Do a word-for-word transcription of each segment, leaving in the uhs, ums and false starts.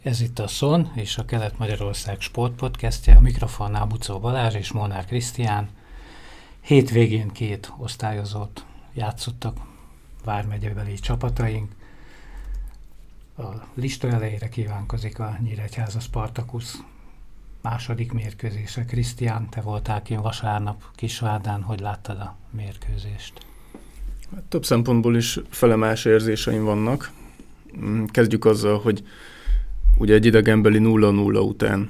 Ez itt a Szon és a Kelet-Magyarország sportpodcastje, a mikrofonnál Buczó Balázs és Molnár Krisztián. Hétvégén két osztályozót játszottak vármegyebeli csapataink. A lista elejére kívánkozik a Nyíregyháza Spartacus második mérkőzése. Krisztián, te voltál kint vasárnap Kisvárdán, hogy láttad a mérkőzést? Több szempontból is felemás érzéseim vannak. Kezdjük azzal, hogy ugye egy idegenbeli nulla nulla után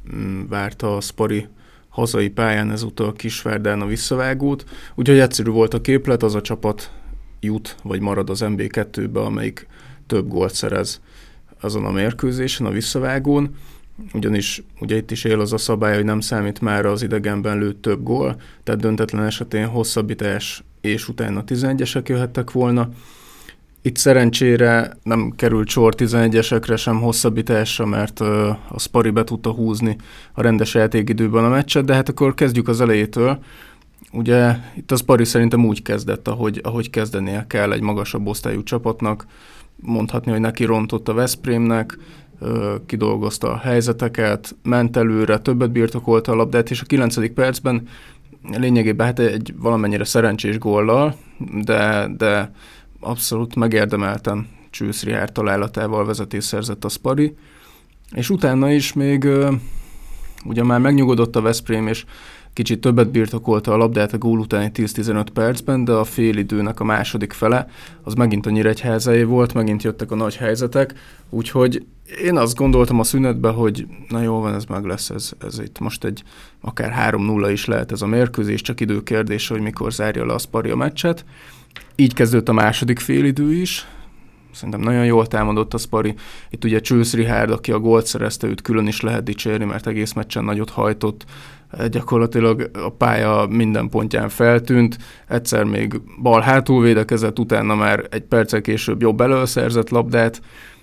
várta a Spari hazai pályán ezúttal Kisvárdán a visszavágót, úgyhogy egyszerű volt a képlet, az a csapat jut vagy marad az en bé kettőbe, amelyik több gólt szerez azon a mérkőzésen, a visszavágón, ugyanis ugye itt is él az a szabály, hogy nem számít már az idegenben lőtt több gól, tehát döntetlen esetén hosszabbítás és utána tizenegyesek jöhettek volna. Itt szerencsére nem került sor tizenegyesekre sem hosszabbításra, mert uh, a Spari be tudta húzni a rendes játékidőben a meccset, de hát akkor kezdjük az elejétől. Ugye itt a Spari szerintem úgy kezdett, ahogy, ahogy kezdenie kell egy magasabb osztályú csapatnak. Mondhatni, hogy neki rontott a Veszprémnek, uh, kidolgozta a helyzeteket, ment előre, többet birtokolta a labdát, és a kilencedik percben lényegében hát egy valamennyire szerencsés góllal, de, de abszolút megérdemelten Csősz Richárd találatával vezetést szerzett a Spari, és utána is még uh, ugye már megnyugodott a Veszprém, és kicsit többet birtokolta a labdát a gól utáni tíz-tizenöt percben, de a félidőnek a második fele, az megint a Nyíregyházáé volt, megint jöttek a nagy helyzetek, úgyhogy én azt gondoltam a szünetben, hogy na jól van, ez meg lesz, ez, ez itt most egy akár három nulla is lehet ez a mérkőzés, csak időkérdése, hogy mikor zárja le a Spari a meccset. Így kezdődött a második félidő is. Szerintem nagyon jól támadott a Spari. Itt ugye Csősz Richárd, aki a gólt szerezte, őt külön is lehet dicsérni, mert egész meccsen nagyot hajtott. Gyakorlatilag a pálya minden pontján feltűnt. Egyszer még bal hátul védekezett, utána már egy perccel később jobb elől szerzett labdát.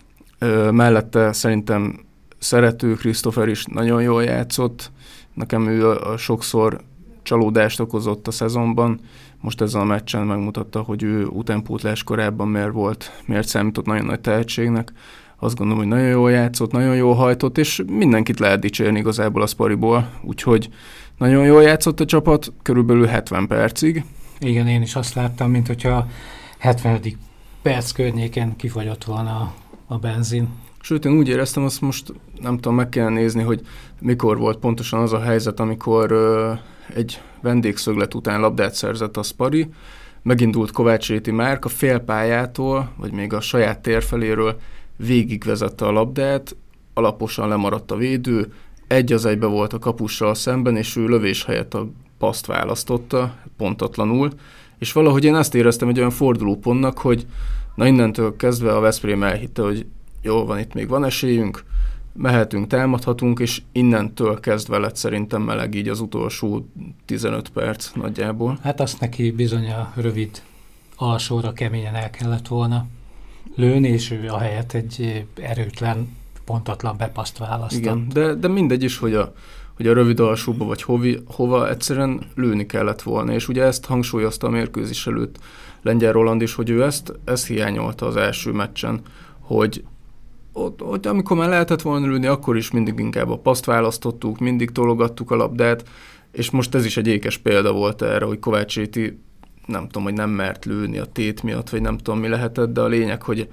Mellette szerintem Szerető Krisztófer is nagyon jól játszott. Nekem ő a sokszor csalódást okozott a szezonban. Most ezen a meccsen megmutatta, hogy ő utánpótlás korábban miért volt, miért számított nagyon nagy tehetségnek. Azt gondolom, hogy nagyon jól játszott, nagyon jól hajtott, és mindenkit lehet dicsérni igazából a Spariból. Úgyhogy nagyon jól játszott a csapat, körülbelül hetven percig. Igen, én is azt láttam, mint hogyha hetvenedik perc környéken kifagyott volna a, a benzin. Sőt, én úgy éreztem, azt most nem tudom, meg kell nézni, hogy mikor volt pontosan az a helyzet, amikor ö, egy vendégszöglet után labdát szerzett a Spari, megindult Kovács Réti Márk a félpályától, vagy még a saját térfeléről végigvezette a labdát, alaposan lemaradt a védő, egy az egybe volt a kapussal szemben, és ő lövés helyett a paszt választotta, pontatlanul, és valahogy én azt éreztem egy olyan fordulópontnak, hogy na innentől kezdve a Veszprém elhitte, hogy jól van, itt még van esélyünk, mehetünk, támadhatunk, és innentől kezdve lett szerintem meleg így az utolsó tizenöt perc nagyjából. Hát azt neki bizony a rövid alsóra keményen el kellett volna lőni, és ő a helyett egy erőtlen, pontatlan bepaszt választott. Igen, de, de mindegy is, hogy a, hogy a rövid alsóba vagy hovi, hova egyszerűen lőni kellett volna, és ugye ezt hangsúlyozta a mérkőzés előtt Lengyel Roland is, hogy ő ezt, ezt hiányolta az első meccsen, hogy Ott, ott, amikor már lehetett volna lőni, akkor is mindig inkább a paszt választottuk, mindig tologattuk a labdát, és most ez is egy ékes példa volt erre, hogy Kovács Réti, nem tudom, hogy nem mert lőni a tét miatt, vagy nem tudom, mi lehetett, de a lényeg, hogy,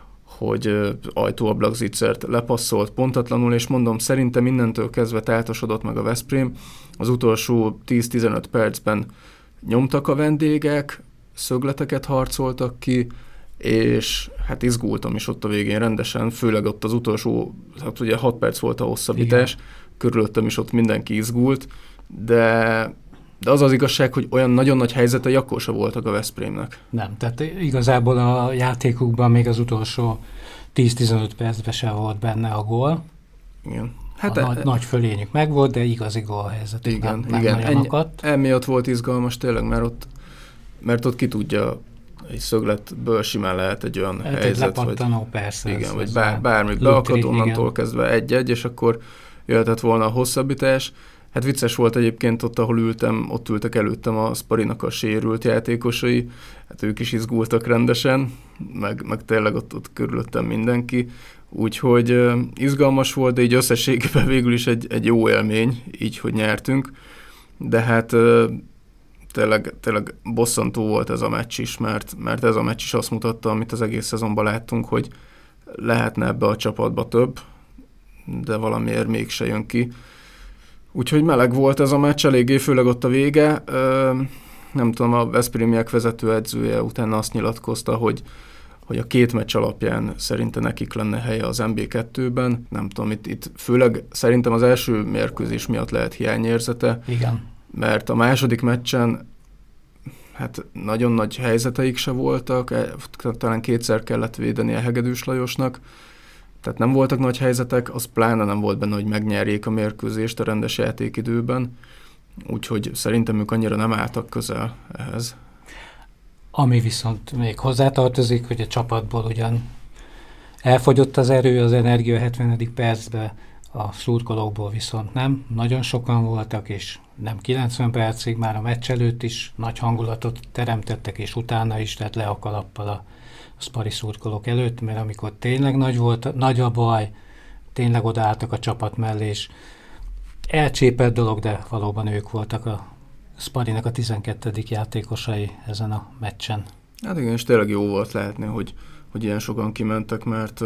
hogy ajtóablakzicsert lepasszolt pontatlanul, és mondom, szerintem innentől kezdve táltosodott meg a Veszprém. Az utolsó tíz-tizenöt percben nyomtak a vendégek, szögleteket harcoltak ki, és hát izgultam is ott a végén rendesen, főleg ott az utolsó, hát ugye hat perc volt a hosszabbítás, igen. Körülöttem is ott mindenki izgult, de, de az az igazság, hogy olyan nagyon nagy helyzetei akkor se voltak a Veszprémnek. Nem, tehát igazából a játékukban még az utolsó tíz-tizenöt percben sem volt benne a gól. Igen. Hát a e- nagy, nagy fölényük megvolt, de igazi gólhelyzet. Igen, nem, igen. Nem Ennyi, emiatt volt izgalmas tényleg, mert ott, mert ott ki tudja, egy szögletből simán lehet egy olyan hát helyzet, egy lepattanó, vagy, persze, igen, ez, vagy ez bár, bármit beakadt, onnantól igen. kezdve egy-egy, és akkor jöhetett volna a hosszabbítás. Hát vicces volt egyébként ott, ahol ültem, ott ültek előttem a Sparinak a sérült játékosai, hát ők is izgultak rendesen, meg, meg tényleg ott, ott körülöttem mindenki, Úgyhogy uh, izgalmas volt, de így összességében végül is egy, egy jó élmény, így, hogy nyertünk. De hát uh, tényleg, tényleg bosszantó volt ez a meccs is, mert, mert ez a meccs is azt mutatta, amit az egész szezonban láttunk, hogy lehetne ebbe a csapatba több, de valamiért mégse jön ki. Úgyhogy meleg volt ez a meccs, eléggé, főleg ott a vége. Uh, nem tudom, a Veszprémiek vezetőedzője utána azt nyilatkozta, hogy hogy a két meccs alapján szerinte nekik lenne helye az em bé kettőben. Nem tudom, itt, itt főleg szerintem az első mérkőzés miatt lehet hiányérzete. Igen. Mert a második meccsen hát nagyon nagy helyzeteik se voltak, talán kétszer kellett védeni a Hegedűs Lajosnak, tehát nem voltak nagy helyzetek, az pláne nem volt benne, hogy megnyerjék a mérkőzést a rendes játékidőben, úgyhogy szerintem ők annyira nem álltak közel ehhez. Ami viszont még hozzátartozik, hogy a csapatból ugyan elfogyott az erő, az energia hetvenedik percben, a szurkolókból viszont nem. Nagyon sokan voltak, és nem kilencven percig, már a meccs előtt is nagy hangulatot teremtettek, és utána is, tehát le a kalappal a szpari szurkolók előtt, mert amikor tényleg nagy volt, nagy a baj, tényleg odaálltak a csapat mellé, és elcsépelt dolog, de valóban ők voltak a Sparinak a tizenkettedik játékosai ezen a meccsen. Hát igen, és tényleg jó volt látni, hogy, hogy ilyen sokan kimentek, mert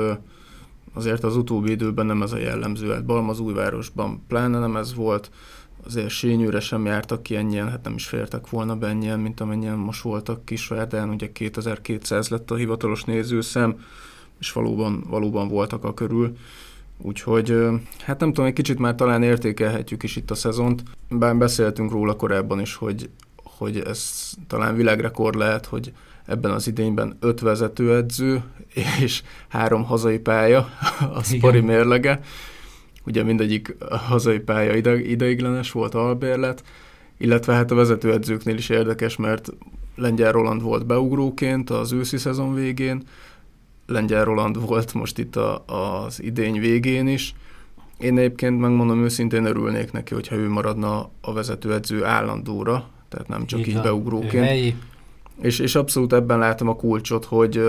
azért az utóbbi időben nem ez a jellemző. Hát Balmazújvárosban pláne nem ez volt, azért Sényőre sem jártak ki ennyien, hát nem is fértek volna be ennyien, mint amennyien most voltak Kisvárdán, ugye kétezer-kétszáz lett a hivatalos nézőszám, és valóban, valóban voltak a körül. Úgyhogy hát nem tudom, egy kicsit már talán értékelhetjük is itt a szezont. Bár beszéltünk róla korábban is, hogy, hogy ez talán világrekord lehet, hogy ebben az idényben öt vezetőedző és három hazai pálya a Spari mérlege. Ugye mindegyik a hazai pálya ide, ideiglenes volt, albérlet, illetve hát a vezetőedzőknél is érdekes, mert Lengyel Roland volt beugróként az őszi szezon végén, Lengyel Roland volt most itt a, az idény végén is. Én egyébként megmondom őszintén örülnék neki, hogyha ő maradna a vezetőedző állandóra, tehát nem csak így, így beugróként. És, és abszolút ebben látom a kulcsot, hogy,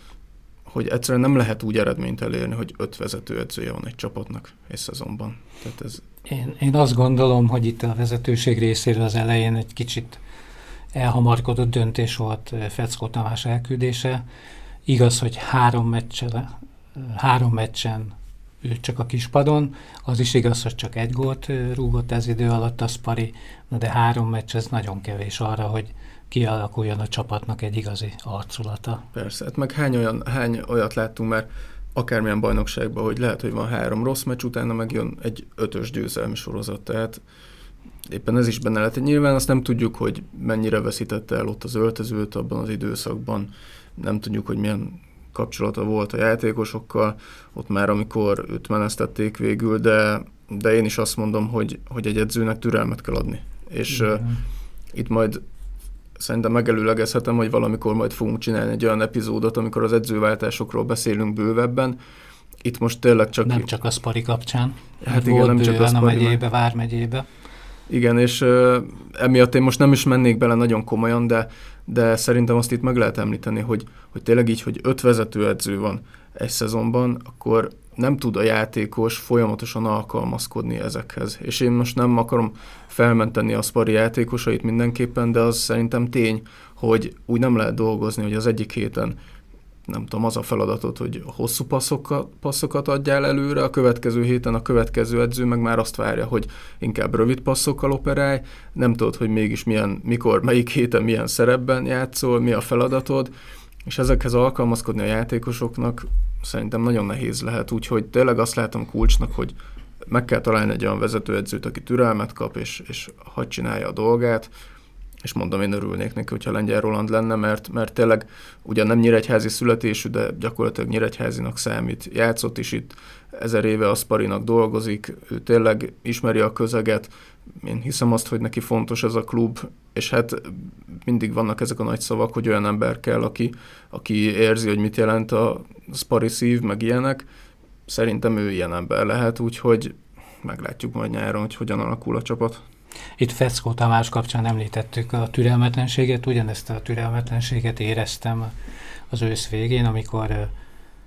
hogy egyszerűen nem lehet úgy eredményt elérni, hogy öt vezetőedzője van egy csapatnak egy szezonban. Tehát ez... én, én azt gondolom, hogy itt a vezetőség részéről az elején egy kicsit elhamarkodott döntés volt Feckó Tamás elküldése. Igaz, hogy három, meccsele, három meccsen ő csak a kispadon, az is igaz, hogy csak egy gólt rúgott ez idő alatt a Spari, de három meccs ez nagyon kevés arra, hogy kialakuljon a csapatnak egy igazi arculata. Persze, hát meg hány, olyan, hány olyat láttunk már akármilyen bajnokságban, hogy lehet, hogy van három rossz meccs, utána megjön egy ötös győzelmi sorozat, tehát éppen ez is benne lehet. Nyilván azt nem tudjuk, hogy mennyire veszítette el ott az öltözőt abban az időszakban, nem tudjuk, hogy milyen kapcsolata volt a játékosokkal, ott már amikor őt menesztették végül, de, de én is azt mondom, hogy, hogy egy edzőnek türelmet kell adni. És uh, itt majd szerintem megelőlegezhetem, hogy valamikor majd fogunk csinálni egy olyan epizódot, amikor az edzőváltásokról beszélünk bővebben. Itt most tényleg csak... Nem csak a Spari kapcsán. Hát igen, nem csak a Spari. A megyébe, Vármegyébe. Igen, és uh, emiatt én most nem is mennék bele nagyon komolyan, de, de szerintem azt itt meg lehet említeni, hogy, hogy tényleg így, hogy öt vezetőedző van egy szezonban, akkor nem tud a játékos folyamatosan alkalmazkodni ezekhez. És én most nem akarom felmenteni a Spari játékosait mindenképpen, de az szerintem tény, hogy úgy nem lehet dolgozni, hogy az egyik héten nem tudom, az a feladatot, hogy hosszú passzokat, passzokat adjál előre, a következő héten a következő edző meg már azt várja, hogy inkább rövid passzokkal operálj, nem tudod, hogy mégis milyen, mikor, melyik héten milyen szerepben játszol, mi a feladatod, és ezekhez alkalmazkodni a játékosoknak szerintem nagyon nehéz lehet, úgyhogy tényleg azt látom kulcsnak, hogy meg kell találni egy olyan vezetőedzőt, aki türelmet kap, és, és hadd csinálja a dolgát, és mondom, én örülnék neki, hogyha Lengyel Roland lenne, mert, mert tényleg ugyan nem nyíregyházi születésű, de gyakorlatilag nyíregyházinak számít. Játszott is itt, ezer éve a Sparinak dolgozik, ő tényleg ismeri a közeget, én hiszem azt, hogy neki fontos ez a klub, és hát mindig vannak ezek a nagy szavak, hogy olyan ember kell, aki, aki érzi, hogy mit jelent a Spari szív, meg ilyenek. Szerintem ő ilyen ember lehet, úgyhogy meglátjuk majd nyáron, hogy hogyan alakul a csapat. Itt Feckó Tamás kapcsán említettük a türelmetlenséget, ugyanezt a türelmetlenséget éreztem az ősz végén, amikor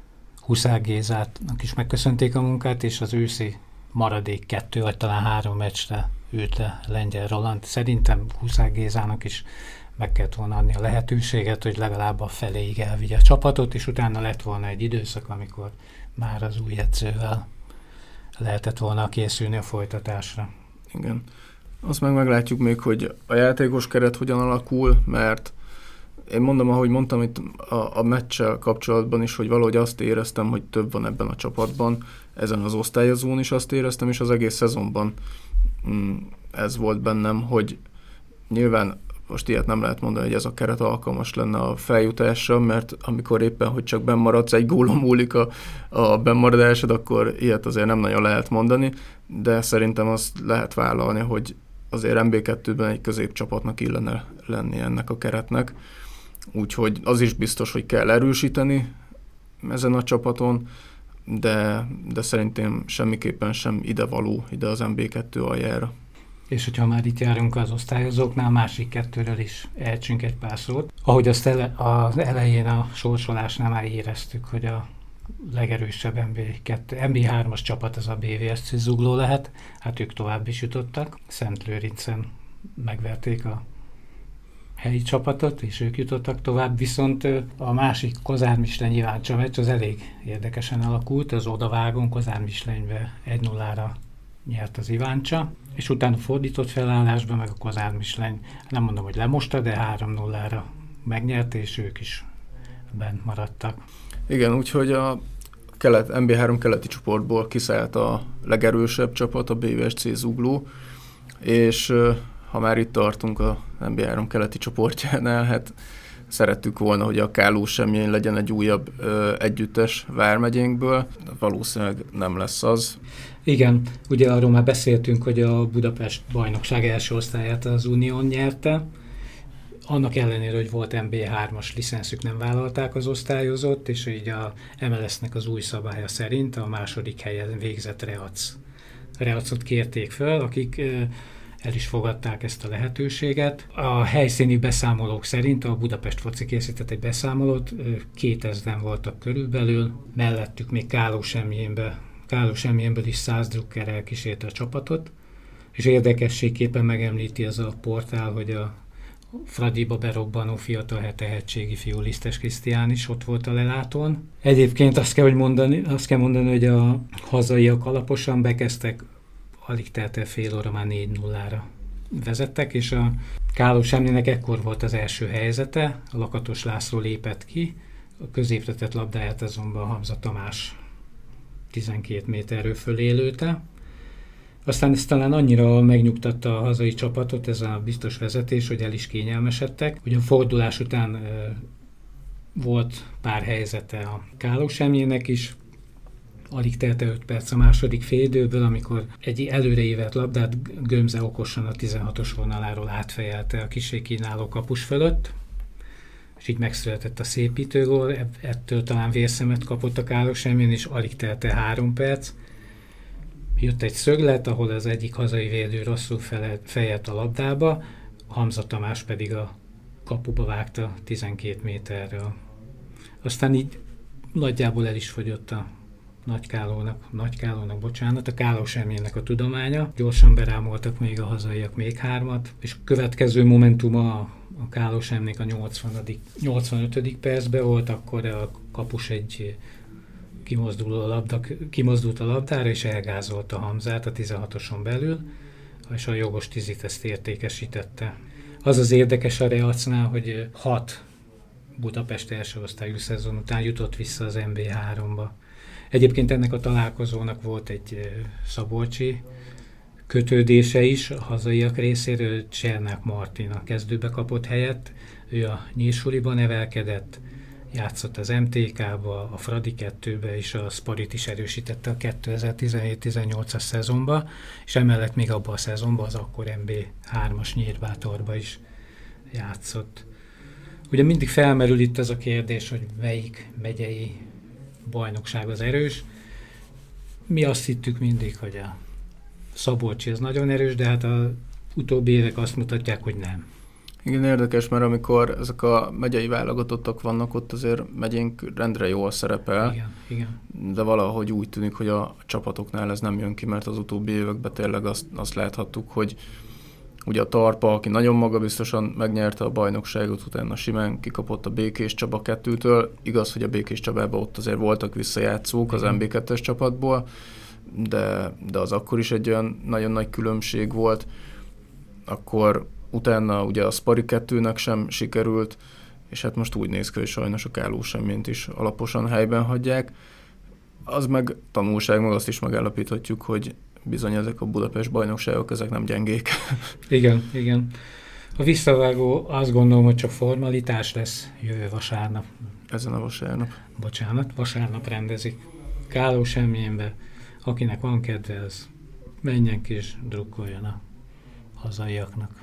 Huszár Gézának is megköszönték a munkát, és az őszi maradék kettő, vagy talán három meccsre ült le Lengyel Roland. Szerintem Huszár Gézának is meg kellett volna adni a lehetőséget, hogy legalább a feléig elvigye a csapatot, és utána lett volna egy időszak, amikor már az új edzővel lehetett volna készülni a folytatásra. Igen. Azt meg meglátjuk még, hogy a játékos keret hogyan alakul, mert én mondom, ahogy mondtam itt a, a meccsel kapcsolatban is, hogy valahogy azt éreztem, hogy több van ebben a csapatban, ezen az osztályozón is azt éreztem, és az egész szezonban mm, ez volt bennem, hogy nyilván most ilyet nem lehet mondani, hogy ez a keret alkalmas lenne a feljutásra, mert amikor éppen, hogy csak bennmaradsz, egy gólon múlik a, a bennmaradásod, akkor ilyet azért nem nagyon lehet mondani, de szerintem azt lehet vállalni, hogy azért em bé kettőben egy középcsapatnak illene lenni ennek a keretnek. Úgyhogy az is biztos, hogy kell erősíteni ezen a csapaton, de, de szerintem semmiképpen sem idevaló ide az em bé kettő aljára. És hogyha már itt járunk az osztályozóknál, másik kettőről is ejtsünk egy pár szót. Ahogy azt ele, az elején a sorsolásnál már éreztük, hogy a legerősebb em bé kettő, em bé hármas csapat az a bé vé es cé Zugló lehet, hát ők tovább is jutottak. Szentlőrincen megverték a helyi csapatot, és ők jutottak tovább, viszont a másik Kozár Mislenyi Iváncsa meccs az elég érdekesen alakult, az odavágón Kozár Mislenybe egy nullára nyert az Iváncsa, és utána fordított felállásban meg a Kozár Misleny, nem mondom, hogy lemosta, de három nullára megnyerte, és ők is bent maradtak. Igen, úgyhogy a kelet, em bé három keleti csoportból kiszállt a legerősebb csapat, a bé vé es cé Zugló, és ha már itt tartunk a em bé három keleti csoportjánál, hát szerettük volna, hogy a Kálósemjén legyen egy újabb ö, együttes vármegyénkből, valószínűleg nem lesz az. Igen, ugye arról már beszéltünk, hogy a Budapest bajnokság első osztályát az Unión nyerte. Annak ellenére, hogy volt em bé hármas licenszük, nem vállalták az osztályozót, és így a em el es-nek az új szabálya szerint a második helyen végzett Reac. Reacot kérték fel, akik ö, el is fogadták ezt a lehetőséget. A helyszíni beszámolók szerint a Budapest Foci készített egy beszámolót, kétezren voltak körülbelül, mellettük még Kálósemjénbe, Kálósemjénből is száz drukkerrel kísérte a csapatot, és érdekességképpen megemlíti az a portál, hogy a Fradiba berobbanó fiatal tehetségi fiú Lisztes Krisztián is ott volt a lelátón. Egyébként azt kell, hogy mondani, azt kell mondani, hogy a hazaiak alaposan bekezdtek, alig telt el fél óra, már négy nullára vezettek, és a Kálósemjének ekkor volt az első helyzete, a Lakatos László lépett ki, a középre tett labdáját azonban Hamza Tamás tizenkét méterről fölé lőtte. Aztán ez talán annyira megnyugtatta a hazai csapatot, ez a biztos vezetés, hogy el is kényelmesedtek. Ugye a fordulás után e, volt pár helyzete a Kálósemjének is, alig telt öt perc a második félidőből, amikor egy előreívett labdát Gömze okosan a tizenhatos vonaláról átfejelte a kissé kínáló kapus fölött, és így megszületett a szépítőgól, ettől talán vérszemet kapott a Kálósemjén, és alig telt el három perc. Jött egy szöglet, ahol az egyik hazai védő rosszul fejelt a labdába, Hamza Tamás pedig a kapuba vágta tizenkét méterről. Aztán így nagyjából el is fogyott a Nagykálónak, Nagykálónak, bocsánat, a Kálósemjének a tudománya. Gyorsan berámoltak még a hazaiak még hármat, és következő momentuma a, a Kálósemnék a nyolcvanadik nyolcvanötödik percben volt, akkor a kapus egy kimozduló a labda, kimozdult a labdára, és elgázolta Hamzát a tizenhatoson belül, és a jogos tizit ezt értékesítette. Az az érdekes a Reacnál, hogy hat Budapest első osztályú szezon után jutott vissza az em bé háromba. Egyébként ennek a találkozónak volt egy szabolcsi kötődése is a hazaiak részéről, Csernák Martin a kezdőbe kapott helyet, ő a Nyírsuliban nevelkedett, játszott az em té ká-ba, a Fradi kettőbe, és a Sparit is erősítette a kétezer-tizenhét tizennyolcas szezonba, és emellett még abban a szezonban az akkor em bé hármas Nyírbátorba is játszott. Ugye mindig felmerül itt az a kérdés, hogy melyik megyei bajnokság az erős. Mi azt hittük mindig, hogy a Szabolcsi az nagyon erős, de hát az utóbbi évek azt mutatják, hogy nem. Igen, érdekes, mert amikor ezek a megyei válogatottak vannak, ott azért megyénk rendre jól szerepel, Igen, igen. de valahogy úgy tűnik, hogy a csapatoknál ez nem jön ki, mert az utóbbi években tényleg azt, azt láthattuk, hogy ugye a Tarpa, aki nagyon magabiztosan megnyerte a bajnokságot, utána simán kikapott a Békés Csaba kettőtől. Igaz, hogy a Békés Csabában ott azért voltak visszajátszók az em bé kettes csapatból, de, de az akkor is egy olyan nagyon nagy különbség volt. Akkor utána ugye a Spari kettőnek sem sikerült, és hát most úgy néz ki, hogy sajnos a Káló Semményt is alaposan helyben hagyják. Az meg tanulság, meg azt is megállapíthatjuk, hogy bizony ezek a Budapest bajnokságok, ezek nem gyengék. Igen, igen. A visszavágó azt gondolom, hogy csak formalitás lesz jövő vasárnap. Ezen a vasárnap. Bocsánat, vasárnap rendezik. Káló Semjénbe. Akinek van kedve, az menjen ki és drukkoljon a hazaiaknak.